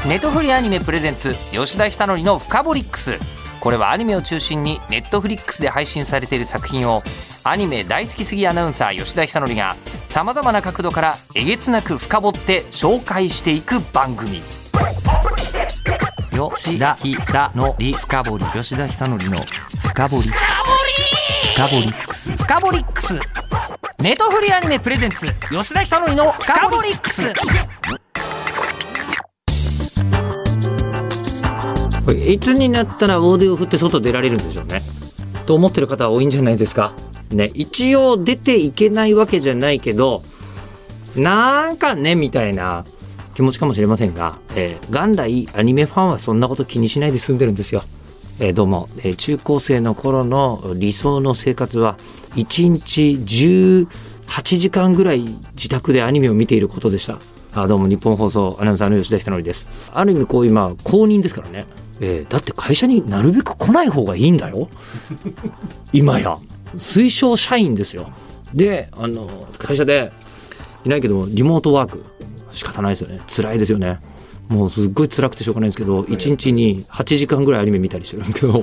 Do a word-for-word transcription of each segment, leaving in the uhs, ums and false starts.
ネトフリアニメプレゼンツ吉田久典のフカボリックス。これはアニメを中心にネットフリックスで配信されている作品をアニメ大好きすぎアナウンサー吉田久典がさまざまな角度からえげつなく深掘って紹介していく番組。吉田久典深掘り吉田久典の深掘り深掘りックス深掘りックスネトフリアニメプレゼンツ吉田久典の深掘りックス。いつになったら大手を振って外出られるんでしょうねと思ってる方は多いんじゃないですかね。一応出ていけないわけじゃないけどなんかねみたいな気持ちかもしれませんが、えー、元来アニメファンはそんなこと気にしないで済んでるんですよ。えー、どうも、えー、中高生の頃の理想の生活はいちにちじゅうはちじかんぐらい自宅でアニメを見ていることでした。あ、どうも日本放送アナウンサーの吉田久典です。ある意味こう今公認ですからね。えー、だって会社になるべく来ない方がいいんだよ今や推奨社員ですよ。で、あの会社でいないけどリモートワーク仕方ないですよね。辛いですよね。もうすっごい辛くてしょうがないんですけどいちにちにはちじかんぐらいアニメ見たりしてるんですけど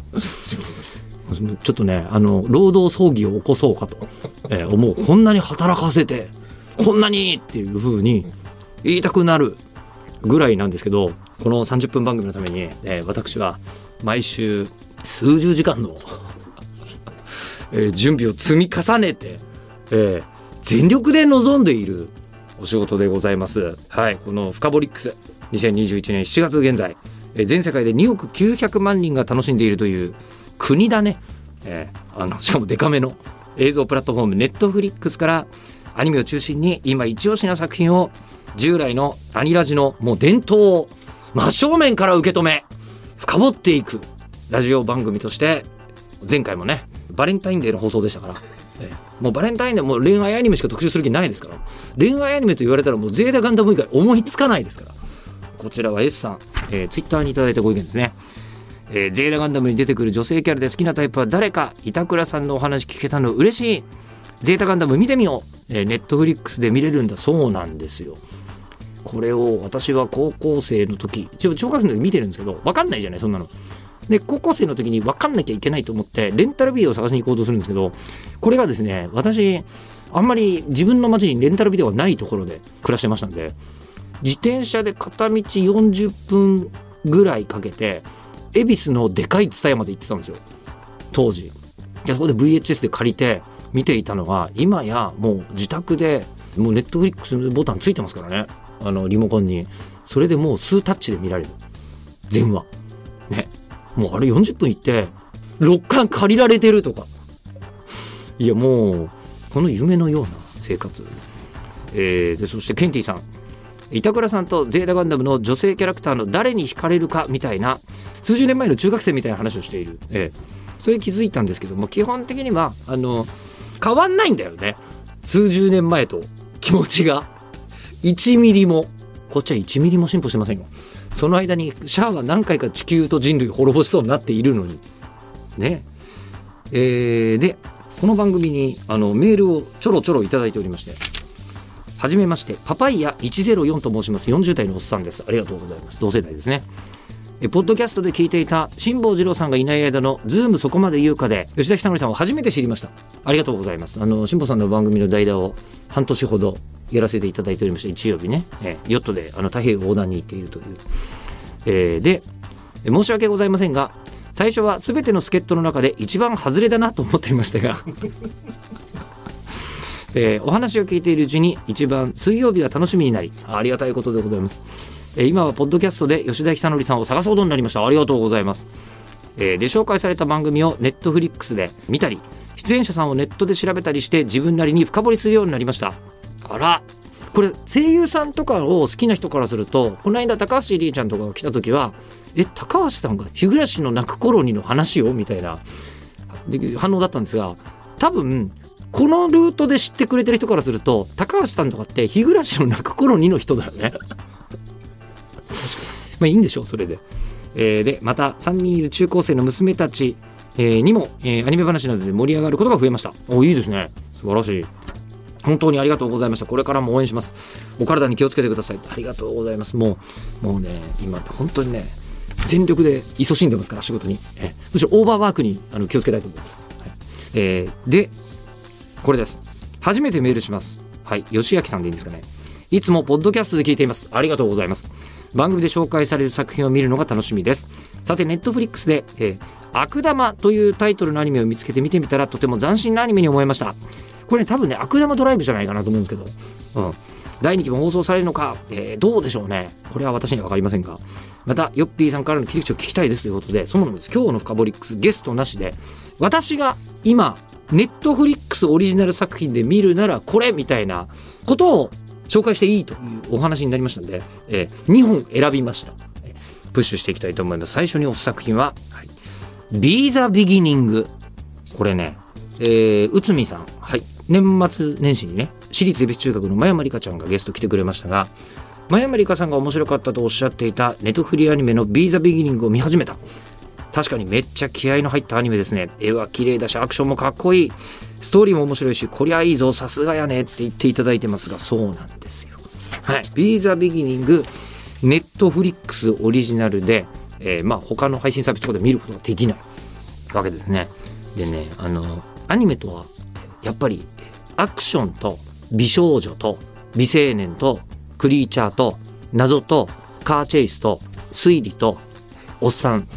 ちょっとねあの労働争議を起こそうかと、えー、思う。こんなに働かせてこんなにっていう風に言いたくなるぐらいなんですけど、このさんじゅっぷん番組のために、えー、私は毎週数十時間の、えー、準備を積み重ねて、えー、全力で臨んでいるお仕事でございます。はい、このフカボリックスにせんにじゅういちねんしちがつ現在、えー、全世界でにおくきゅうひゃくまんにんが楽しんでいるという国だね、えー、あのしかもデカめの映像プラットフォームネットフリックスからアニメを中心に今一押しな作品を従来のアニラジのもう伝統を真正面から受け止め深掘っていくラジオ番組として、前回もねバレンタインデーの放送でしたから、えー、もうバレンタインデーもう恋愛アニメしか特集する気ないですから、恋愛アニメと言われたらもうゼータガンダム以外思いつかないですから。こちらは S さん、えー、ツイッターにいただいたご意見ですね。えー、ゼータガンダムに出てくる女性キャラで好きなタイプは誰か、板倉さんのお話聞けたの嬉しい、ゼータガンダム見てみよう、えー、ネットフリックスで見れるんだそうなんですよ。これを私は高校生の時、小学生の時見てるんですけど分かんないじゃないそんなので、高校生の時に分かんなきゃいけないと思ってレンタルビデオを探しに行こうとするんですけど、これがですね、私あんまり自分の街にレンタルビデオがないところで暮らしてましたんで、自転車で片道よんじゅっぷんぐらいかけて恵比寿のでかいツタヤまで行ってたんですよ当時。そこで ブイエイチエス で借りて見ていたのが、今やもう自宅でもうネットフリックスボタンついてますからね、あのリモコンに。それでもう数タッチで見られる全話ね。もうあれよんじゅっぷん行ってろっかん借りられてるとか、いやもうこの夢のような生活、えー、でそしてケンティさん、板倉さんとゼータガンダムの女性キャラクターの誰に惹かれるかみたいな、数十年前の中学生みたいな話をしている、えー、それ気づいたんですけども、基本的にはあの変わんないんだよね、数十年前と気持ちがいちミリも、こっちはいちミリも進歩してませんよ。その間にシャアは何回か地球と人類を滅ぼしそうになっているのにね。えー、でこの番組にあのメールをちょろちょろいただいておりまして、はじめましてパパイヤいちゼロよんと申します。よんじゅう代のおっさんです。ありがとうございます。同世代ですね。えポッドキャストで聞いていた辛坊治郎さんがいない間のズームそこまで言うかで吉田久典さんを初めて知りました。ありがとうございます。あの辛坊さんの番組の代打を半年ほどやらせていただいておりまして、日曜日ね、えヨットであの太平洋横断に行っているという、えー、で申し訳ございませんが、最初は全ての助っ人の中で一番外れだなと思っていましたが、えー、お話を聞いているうちに一番水曜日が楽しみになり、ありがたいことでございます。えー、今はポッドキャストで吉田久典さんを探すほどになりました。ありがとうございます。えー、で紹介された番組をネットフリックスで見たり、出演者さんをネットで調べたりして自分なりに深掘りするようになりました。あら、これ声優さんとかを好きな人からすると、この間高橋りーちゃんとかが来た時は、え高橋さんが日暮の泣く頃にの話をみたいな反応だったんですが、多分このルートで知ってくれてる人からすると、高橋さんとかって日暮の泣く頃にの人だよねまあいいんでしょう、それで。えー、でまたさんにんいる中高生の娘たち、えー、にも、えー、アニメ話などで盛り上がることが増えました。お、いいですね、素晴らしい。 本当にありがとうございました。これからも応援します。お体に気をつけてください。ありがとうございます。もうもうね今本当にね全力で勤しんでますから仕事に、えむしろオーバーワークにあの気をつけたいと思います、はいえー、でこれです。初めてメールします。はい吉明さんでいいんですかね。いつもポッドキャストで聞いています。ありがとうございます。番組で紹介される作品を見るのが楽しみです。さてネットフリックスで、えー、悪玉というタイトルのアニメを見つけて見てみたらとても斬新なアニメに思いました。これね多分ね悪玉ドライブじゃないかなと思うんですけど、うん、だいにきも放送されるのか、えー、どうでしょうね。これは私には分かりませんが、またヨッピーさんからの切り口を聞きたいですということで、そのです今日のフカボリックスゲストなしで私が今ネットフリックスオリジナル作品で見るならこれみたいなことを紹介していいというお話になりましたので、えー、にほん選びました。プッシュしていきたいと思います。最初に押す作品は、はい、Be the Beginning。 これね、えー、内海さん、はい、年末年始にね私立恵比寿中学の真山里香ちゃんがゲスト来てくれましたが、真山里香さんが面白かったとおっしゃっていたネットフリアニメの Be the Beginning を見始めた。確かにめっちゃ気合いの入ったアニメですね。絵は綺麗だしアクションもかっこいい、ストーリーも面白いし、こりゃいいぞさすがやねって言っていただいてますが、そうなんですよ。はい、Be the Beginning ネットフリックスオリジナルで、えー、まあ他の配信サービスとかで見ることができないわけですね。でね、あのアニメとはやっぱりアクションと美少女と美青年とクリーチャーと謎とカーチェイスと推理とおっさん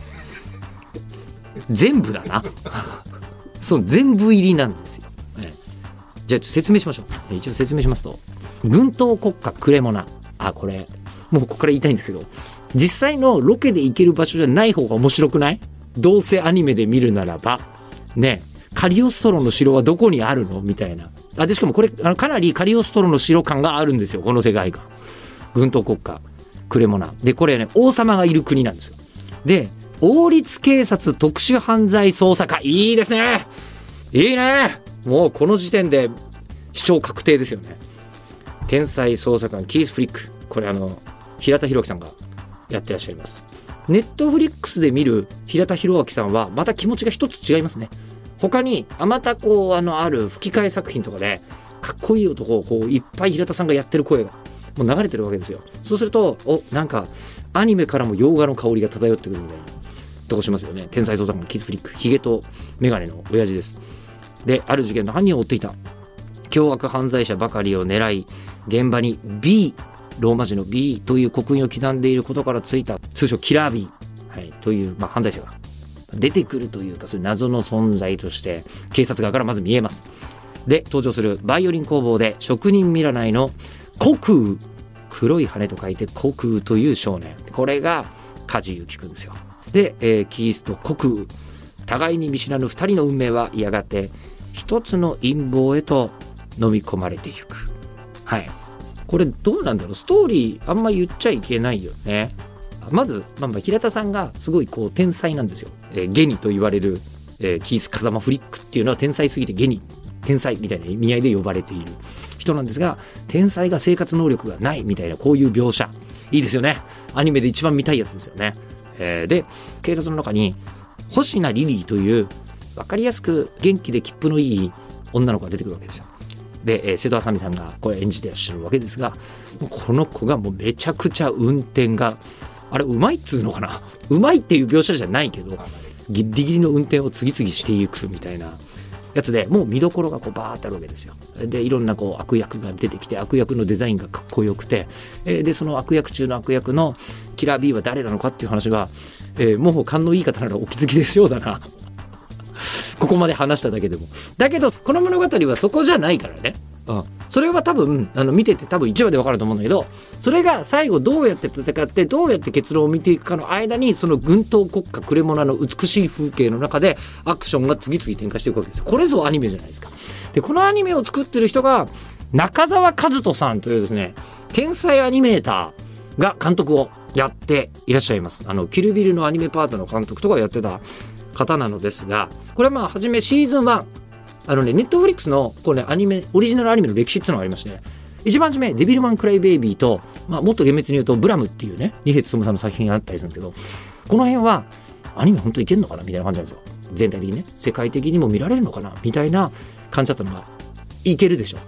全部だなその全部入りなんですよ、ね、じゃあ説明しましょう。一応説明しますと、軍闘国家クレモナ、あこれもうここから言いたいんですけど、実際のロケで行ける場所じゃない方が面白くない？どうせアニメで見るならばね、カリオストロの城はどこにあるのみたいな。あでしかもこれあのかなりカリオストロの城感があるんですよ、この世界観。軍闘国家クレモナで、これね王様がいる国なんですよ。で王立警察特殊犯罪捜査課、いいですね、いいね、もうこの時点で視聴確定ですよね。天才捜査官キース・フリック、これあの平田博樹さんがやってらっしゃいます。ネットフリックスで見る平田博明さんはまた気持ちが一つ違いますね。他にあまたこう あのある吹き替え作品とかでかっこいい男をこういっぱい平田さんがやってる声がもう流れてるわけですよ。そうするとおなんかアニメからも洋画の香りが漂ってくるみたいなとこしますよね。天才捜査官キース・フリック、ヒゲとメガネの親父です。である事件の犯人を追っていた凶悪犯罪者ばかりを狙い、現場に B ローマ字の B という刻印を刻んでいることからついた通称キラー B、はい、という、まあ、犯罪者が出てくるというか、そういう謎の存在として警察側からまず見えます。で登場するバイオリン工房で職人見習いの虚空、黒い羽と書いて虚空という少年、これが梶裕貴くんですよ。で、えー、キースと虚空、互いに見知らぬふたりの運命はやがて一つの陰謀へと飲み込まれていく。はい、これどうなんだろう、ストーリーあんま言っちゃいけないよね。まず、まあ、まあ平田さんがすごいこう天才なんですよ、えー、ゲニと言われる、えー、キース風間フリックっていうのは天才すぎてゲニ、天才みたいな意味合いで呼ばれている人なんですが、天才が生活能力がないみたいなこういう描写いいですよね。アニメで一番見たいやつですよね。えー、で警察の中に星名リリーという分かりやすく元気で切符のいい女の子が出てくるわけですよ。で、えー、瀬戸あさみさんがこれ演じてらっしゃるわけですが、この子がもうめちゃくちゃ運転があれうまいっつうのかな、うまいっていう描写じゃないけどギリギリの運転を次々していくみたいなやつで、もう見どころがこうバーってあるわけですよ。でいろんなこう悪役が出てきて、悪役のデザインがかっこよくて、えー、でその悪役中の悪役のキラー B は誰なのかっていう話は、えー、もう勘のいい方ならお気づきでしょうだなここまで話しただけでも。だけどこの物語はそこじゃないからね、うん、それは多分あの見てて多分いちわで分かると思うんだけど、それが最後どうやって戦ってどうやって結論を見ていくかの間に、その軍闘国家クレモナの美しい風景の中でアクションが次々展開していくわけですよ。これぞアニメじゃないですか。でこのアニメを作ってる人が中澤和人さんというですね天才アニメーターが監督をやっていらっしゃいます。あのキルビルのアニメパートの監督とかやってた方なのですが、これはまあはじめシーズンワン、あのねネットフリックスのこう、ね、アニメオリジナルアニメの歴史っていうのがありまして、ね、一番初めデビルマンクライベイビーと、まあ、もっと厳密に言うとブラムっていうね二瓶勉さんの作品があったりするんですけど、この辺はアニメ本当いけんのかなみたいな感じなんですよ。全体的にね世界的にも見られるのかなみたいな感じだったのがいけるでしょって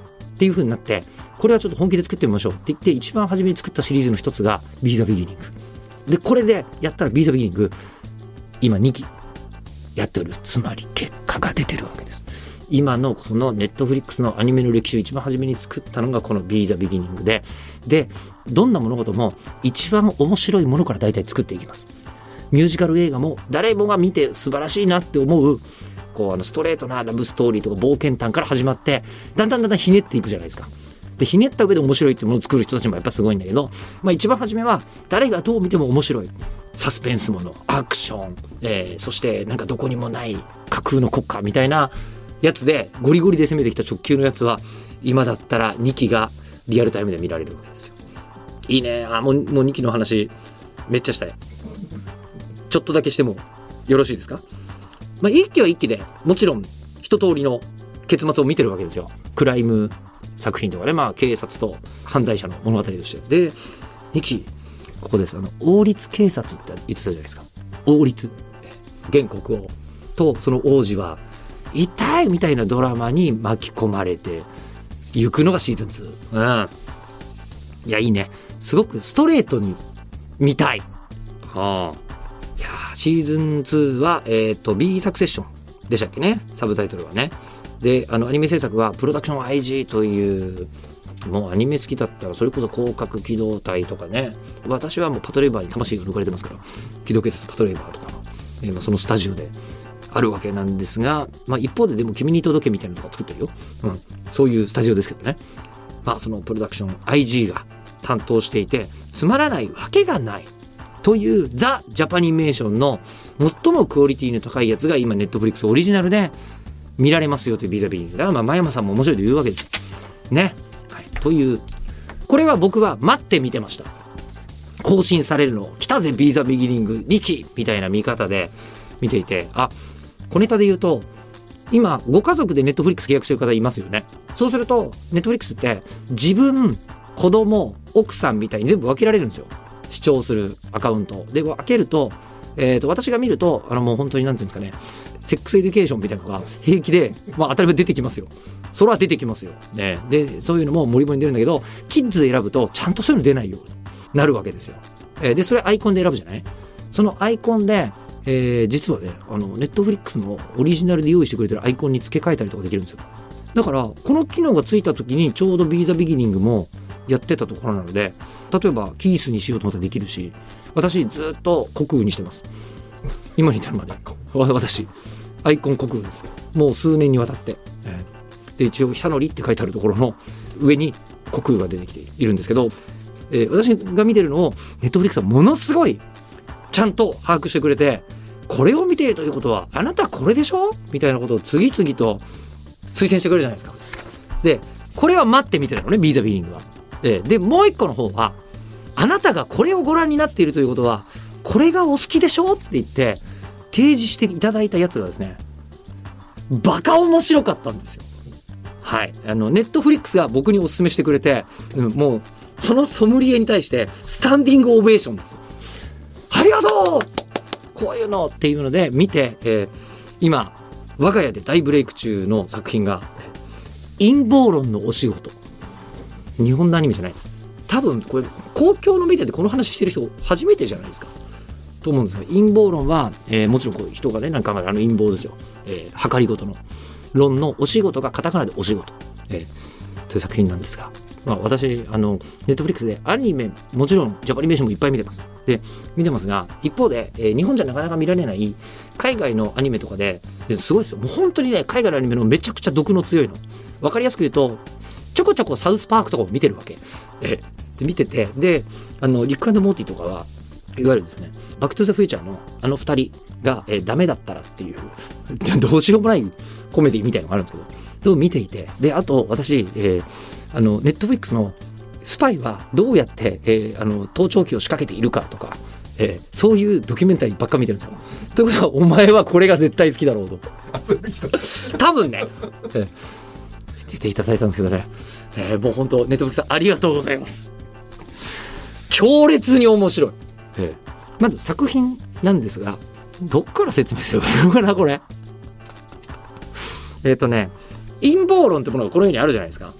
っていう風になって、これはちょっと本気で作ってみましょうって言って一番初めに作ったシリーズの一つが Be the Beginning で、これでやったら Be the Beginning 今にきやっておる。つまり結果が出てるわけです。今のこのネットフリックスのアニメの歴史を一番初めに作ったのがこの Be the Beginning で、でどんな物事も一番面白いものから大体作っていきます。ミュージカル映画も誰もが見て素晴らしいなって思うこうあのストレートなラブストーリーとか冒険譚から始まって、だんだんだんだんひねっていくじゃないですか。でひねった上で面白いっていうものを作る人たちもやっぱすごいんだけど、まあ、一番初めは誰がどう見ても面白いサスペンスもの、アクション、えー、そしてなんかどこにもない架空の国家みたいなやつでゴリゴリで攻めてきた直球のやつは今だったらにきがリアルタイムで見られるわけですよ。いいね。あもう、もうにきの話めっちゃしたい。ちょっとだけしてもよろしいですか。まあ、いっきはいっきでもちろん一通りの結末を見てるわけですよ。クライム作品とかね、まあ、警察と犯罪者の物語として。でにきここです。あの王立警察って言ってたじゃないですか。王立現国王とその王子は痛いみたいなドラマに巻き込まれて行くのがシーズンツー。うんいやいいね。すごくストレートに見たい。はあ、いやシーズンツーは、えー、と B サクセッションでしたっけね、サブタイトルはね。であのアニメ制作はプロダクション アイジー という、もうアニメ好きだったらそれこそ広角機動隊とかね、私はもうパトレイバーに魂が抜かれてますから、機動警察パトレイバーとかの、えーまあ、そのスタジオであるわけなんですが、まあ、一方ででも君に届けみたいなのとか作ってるよ、うん、そういうスタジオですけどね。まあそのプロダクション アイジー が担当していて、つまらないわけがないというザ・ジャパニメーションの最もクオリティの高いやつが今ネットフリックスオリジナルで見られますよというビザビーだから、まあ真山さんも面白いと言うわけですね、はい、というこれは僕は待って見てました。更新されるの来たぜビーザビギニングにきみたいな見方で見ていて、あ小ネタで言うと今ご家族でネットフリックス契約してる方いますよね。そうするとネットフリックスって自分子供奥さんみたいに全部分けられるんですよ。視聴するアカウントで分けると、えー、と私が見るとあのもう本当に何て言うんですかね、セックスエデュケーションみたいなのが平気で、まあ、当たり前出てきますよ。それは出てきますよ、ね、でそういうのも盛り盛りに出るんだけど、キッズ選ぶとちゃんとそういうの出ないようになるわけですよ。えー、でそれアイコンで選ぶじゃない。そのアイコンで、えー、実はねあのネットフリックスのオリジナルで用意してくれてるアイコンに付け替えたりとかできるんですよ。だからこの機能がついた時にちょうどビーザビギニングもやってたところなので、例えばキースにしようと思ったらできるし、私ずっと国空にしてます。今に至るまで私アイコン国空ですよ。もう数年にわたって、えー、で一応久典って書いてあるところの上に国空が出てきているんですけど、えー、私が見てるのをネットフリックスはものすごいちゃんと把握してくれて、これを見ているということはあなたこれでしょみたいなことを次々と推薦してくれるじゃないですか。でこれは待って見てるのね、ビーザビーリングは。で, でもう一個の方はあなたがこれをご覧になっているということはこれがお好きでしょって言って提示していただいたやつがですね、バカ面白かったんですよ。はい、あのネットフリックスが僕にお勧めしてくれて、もうそのソムリエに対してスタンディングオベーションです。ありがとうこういうのっていうので見て、えー、今我が家で大ブレイク中の作品が陰謀論のお仕事。日本のアニメじゃないです。多分これ公共のメディアでこの話してる人初めてじゃないですかと思うんですが、陰謀論は、えー、もちろんこういう人がねなんかあの陰謀ですよ、えー、計りごとの論のお仕事がカタカナでお仕事、えー、という作品なんですが、まあ、私あのネットフリックスでアニメもちろんジャパニメーションもいっぱい見てます。で見てますが一方で、えー、日本じゃなかなか見られない海外のアニメとかですごいですよ。もう本当にね海外のアニメのめちゃくちゃ毒の強いの分かりやすく言うとちょこちょこサウスパークとかも見てるわけ、えで見てて、であのリック&モーティとかはいわゆるですねバックトゥザフューチャーのあのふたりが、えー、ダメだったらっていうどうしようもないコメディみたいなのがあるんですけど、それを見ていて、であと私、えー、あのネットフリックスのスパイはどうやって、えー、あの盗聴器を仕掛けているかとか、えー、そういうドキュメンタリーばっか見てるんですよ。ということはお前はこれが絶対好きだろうと多分ね、えー出ていただいたんですけどね、えー、もう本当ネットフリックスありがとうございます。強烈に面白い、えー、まず作品なんですがどっから説明すればいいのかなこれえっとね陰謀論ってものがこの世にあるじゃないですか。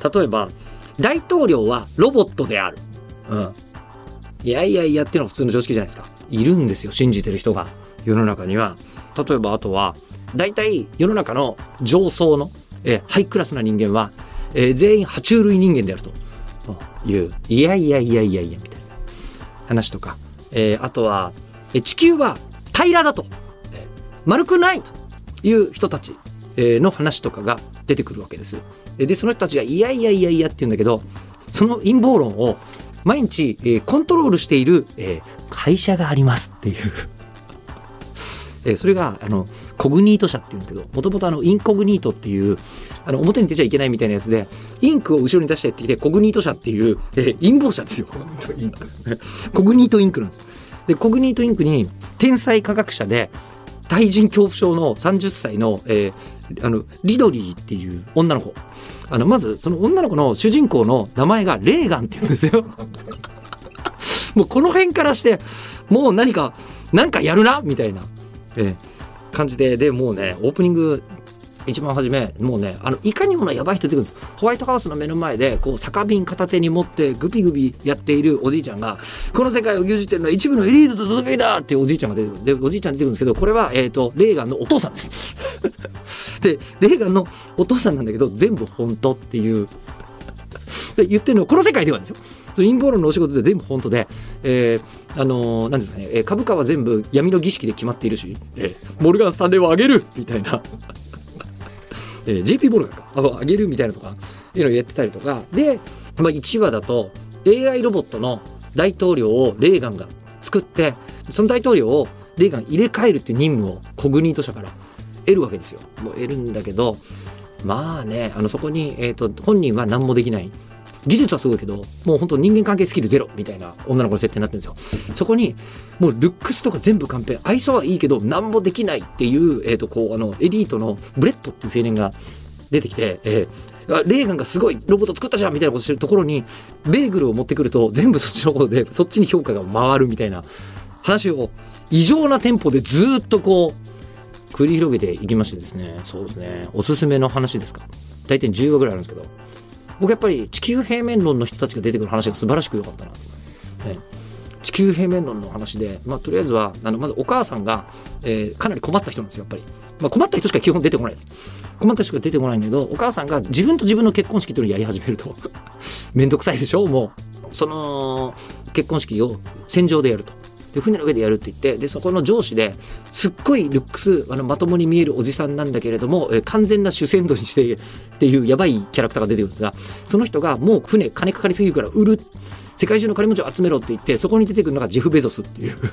例えば大統領はロボットである、うん、いやいやいやっていうのは普通の常識じゃないですか。いるんですよ、信じてる人が世の中には。例えばあとは大体世の中の上層の、えー、ハイクラスな人間は、えー、全員爬虫類人間であるという、いやいやいやいやいやみたいな話とか、えー、あとは、えー、地球は平らだと、えー、丸くないという人たちの話とかが出てくるわけです。でその人たちがいやいやいやいやって言うんだけど、その陰謀論を毎日、えー、コントロールしている、えー、会社がありますっていうえー、それがあのコグニート社っていうんですけど、もともとあのインコグニートっていうあの表に出ちゃいけないみたいなやつで、インクを後ろに出してってきてコグニート社っていう、えー、陰謀社ですよコグニートインクなんです。でコグニートインクに天才科学者で対人恐怖症のさんじゅっさいの、えー、あのリドリーっていう女の子、あのまずその女の子の主人公の名前がレーガンっていうんですよもうこの辺からしてもう何か何かやるなみたいな、えー、感じで、でもうねオープニング一番初めもうねあのいかにもなやばい人出てくるんです。ホワイトハウスの目の前でこう酒瓶片手に持ってグビグビやっているおじいちゃんが、この世界を牛耳ってるのは一部のエリートと届けだっていうおじいちゃんが出てくる。でおじいちゃん出てくるんですけど、これは、えーと、レーガンのお父さんですでレーガンのお父さんなんだけど全部本当っていうで言ってるのはこの世界ではですよ。その陰謀論のお仕事で全部本当で、えー、あのー、なんですかね、えー、株価は全部闇の儀式で決まっているし、えー、モルガン・スタンレーを上げるみたいなえー、ジェーピー ボルガンかあ上げるみたいなとかいうのをやってたりとかで、まあ、いちわだと エーアイ ロボットの大統領をレーガンが作って、その大統領をレーガン入れ替えるっていう任務をコグニート社から得るわけですよ。もう得るんだけど、まあねあのそこに、えーと、本人は何もできない、技術はすごいけどもう本当人間関係スキルゼロみたいな女の子の設定になってるんですよ。そこにもうルックスとか全部完璧、愛想はいいけど何もできないっていう、えーとこうあのエリートのブレッドっていう青年が出てきて、えー、レーガンがすごいロボット作ったじゃんみたいなことしてるところにベーグルを持ってくると全部そっちの方でそっちに評価が回るみたいな話を異常なテンポでずっとこう繰り広げていきましてですね。そうですね、おすすめの話ですか、大体じゅうわぐらいあるんですけど、僕やっぱり地球平面論の人たちが出てくる話が素晴らしく良かったなと、はい、地球平面論の話で、まあ、とりあえずはあのまずお母さんが、えー、かなり困った人なんですよやっぱり、まあ、困った人しか基本出てこないです。困った人しか出てこないんだけど、お母さんが自分と自分の結婚式というのをやり始めるとめんどくさいでしょ。もうその結婚式を船上でやると、で船の上でやるって言って、でそこの上司ですっごいルックスあのまともに見えるおじさんなんだけれども、えー、完全な主戦度にしてっていうやばいキャラクターが出てくるんですが、その人がもう船金かかりすぎるから売る、世界中の金持ちを集めろって言って、そこに出てくるのがジェフ・ベゾスっていう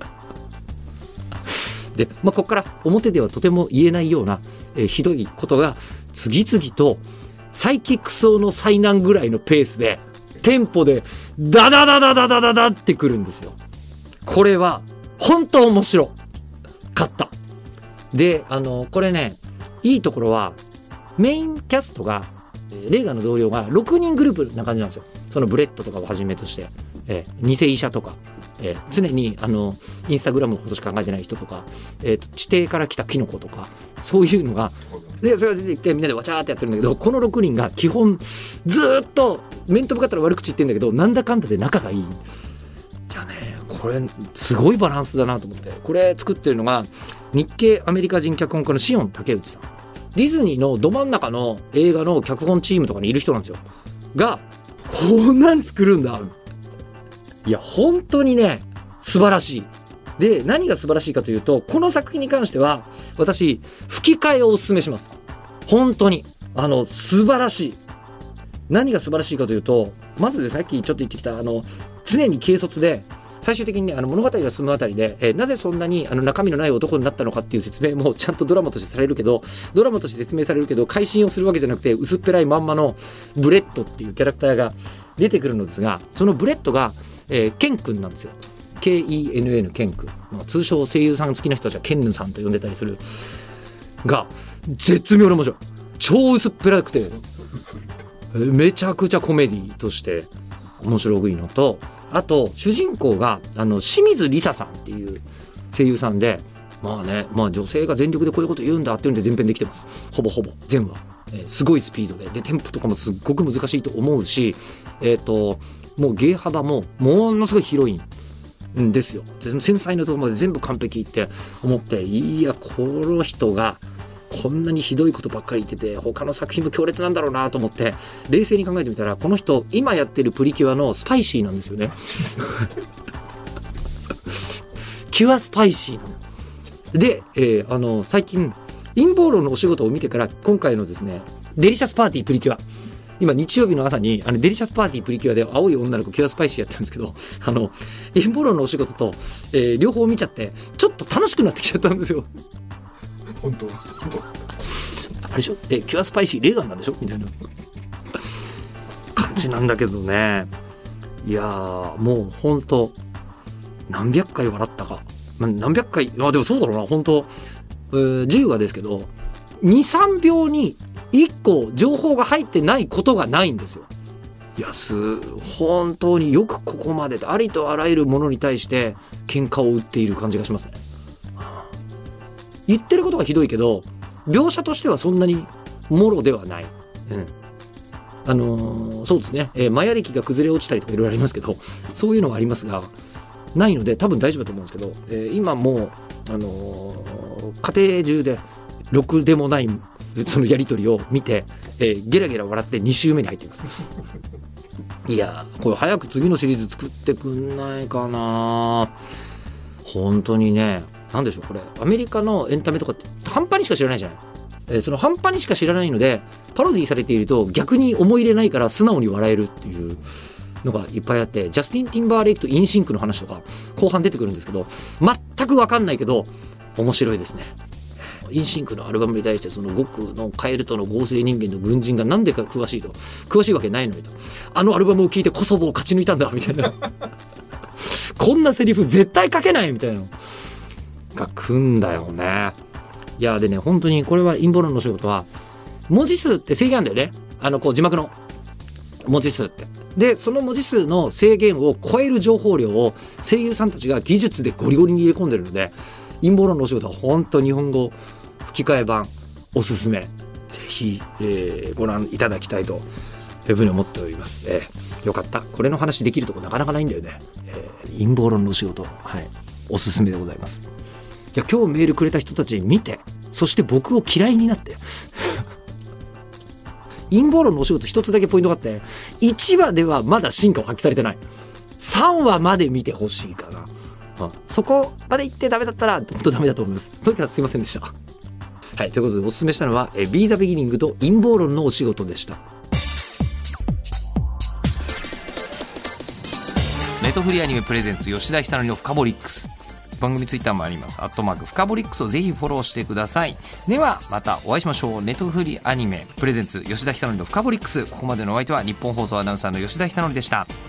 で、まあ、ここから表ではとても言えないような、えー、ひどいことが次々とサイキック層の災難ぐらいのペースでテンポでダダダダダダダダってくるんですよ。これは本当面白かった。であのこれねいいところはメインキャストがレーガンの同僚がろくにんグループな感じなんですよ。そのブレッドとかをはじめとして、えー、偽医者とか、えー、常にあのインスタグラムのことしか考えてない人とか、えーと、地底から来たキノコとかそういうのがでそれが出てきてみんなでわちゃーってやってるんだけど、このろくにんが基本ずっと面と向かったら悪口言ってるんだけどなんだかんだで仲がいい。いやねこれすごいバランスだなと思って、これ作ってるのが日系アメリカ人脚本家のシオン竹内さん、ディズニーのど真ん中の映画の脚本チームとかにいる人なんですよが、こんなん作るんだ。いや本当にね素晴らしい。で何が素晴らしいかというと、この作品に関しては私吹き替えをお勧めします。本当にあの素晴らしい。何が素晴らしいかというと、まずでさっきちょっと言ってきたあの常に軽率で最終的に、ね、あの物語が進むあたりで、えー、なぜそんなにあの中身のない男になったのかっていう説明もちゃんとドラマとしてされるけどドラマとして説明されるけど改心をするわけじゃなくて、薄っぺらいまんまのブレッドっていうキャラクターが出てくるのですが、そのブレッドが、えー、ケン君なんですよ。 ケーイーエヌエヌ ケン君、まあ、通称声優さん好きな人たちはケンヌさんと呼んでたりするが絶妙に面白い。超薄っぺらくてめちゃくちゃコメディとして面白いのと、あと主人公があの清水梨沙さんっていう声優さんで、まあね、まあ女性が全力でこういうこと言うんだっていうんで全編できてます。ほぼほぼ全話えー、すごいスピードででテンポとかもすっごく難しいと思うし、えーともう芸幅もものすごい広いんですよ。繊細なところまで全部完璧って思って、いやこの人がこんなにひどいことばっかり言ってて他の作品も強烈なんだろうなと思って冷静に考えてみたら、この人今やってるプリキュアのスパイシーなんですよねキュアスパイシーなので、えー、あの最近陰謀論のお仕事を見てから今回のですねデリシャスパーティープリキュア、今日曜日の朝にあのデリシャスパーティープリキュアで青い女の子キュアスパイシーやってるんですけど、あの陰謀論のお仕事と、えー、両方見ちゃってちょっと楽しくなってきちゃったんですよ。 本当本当あれでしょ、えキュアスパイシーレーガンなんでしょみたいな感じなんだけどね。いやーもう本当何百回笑ったか、まあ、何百回、まあでもそうだろうな、本当、えー、じゅうわですけど にさんびょうにいっこ情報が入ってないことがないんですよ。いやす本当によくここまでありとあらゆるものに対して喧嘩を売っている感じがしますね。言ってることがひどいけど描写としてはそんなにもろではない、うん、あのー、そうですね、えー、マヤ暦が崩れ落ちたりとかいろいろありますけど、そういうのがありますがないので多分大丈夫だと思うんですけど、えー、今もう、あのー、家庭中でろくでもないそのやり取りを見て、えー、ゲラゲラ笑ってに週目に入っていますいやこれ早く次のシリーズ作ってくんないかな。本当にね、なんでしょうこれアメリカのエンタメとかって半端にしか知らないじゃない、えー、その半端にしか知らないのでパロディされていると逆に思い入れないから素直に笑えるっていうのがいっぱいあって、ジャスティン・ティンバーレイクとインシンクの話とか後半出てくるんですけど全く分かんないけど面白いですね。インシンクのアルバムに対してその極のカエルとの合成人間の軍人がなんでか詳しいと、詳しいわけないのにと、あのアルバムを聴いてコソボを勝ち抜いたんだみたいなこんなセリフ絶対書けないみたいなのが来んだよね。いやでね本当にこれは陰謀論の仕事は文字数って制限あるんだよね。あのこう字幕の文字数ってでその文字数の制限を超える情報量を声優さんたちが技術でゴリゴリに入れ込んでるので、陰謀論のお仕事は本当日本語吹き替え版おすすめ、ぜひ、えー、ご覧いただきたいというふうに思っております、えー、よかった。これの話できるとこなかなかないんだよね、えー、陰謀論のお仕事、はい、おすすめでございます。いや今日メールくれた人たち見て、そして僕を嫌いになって陰謀論のお仕事一つだけポイントがあって、いちわではまだ進化を発揮されてない、さんわまで見てほしいかな。あそこまで行ってダメだったら本当ダメだと思います。とにかくすいませんでした。はい、ということでおすすめしたのはえ Be the Beginning と陰謀論のお仕事でした。 ネトフリアニメプレゼンツ吉田久典のフカボリックス、番組ツイッターもあります。アットマークフカボリックスをぜひフォローしてください。ではまたお会いしましょう。ネトフリアニメプレゼンツ吉田久典のフカボリックス、ここまでのお相手は日本放送アナウンサーの吉田久典でした。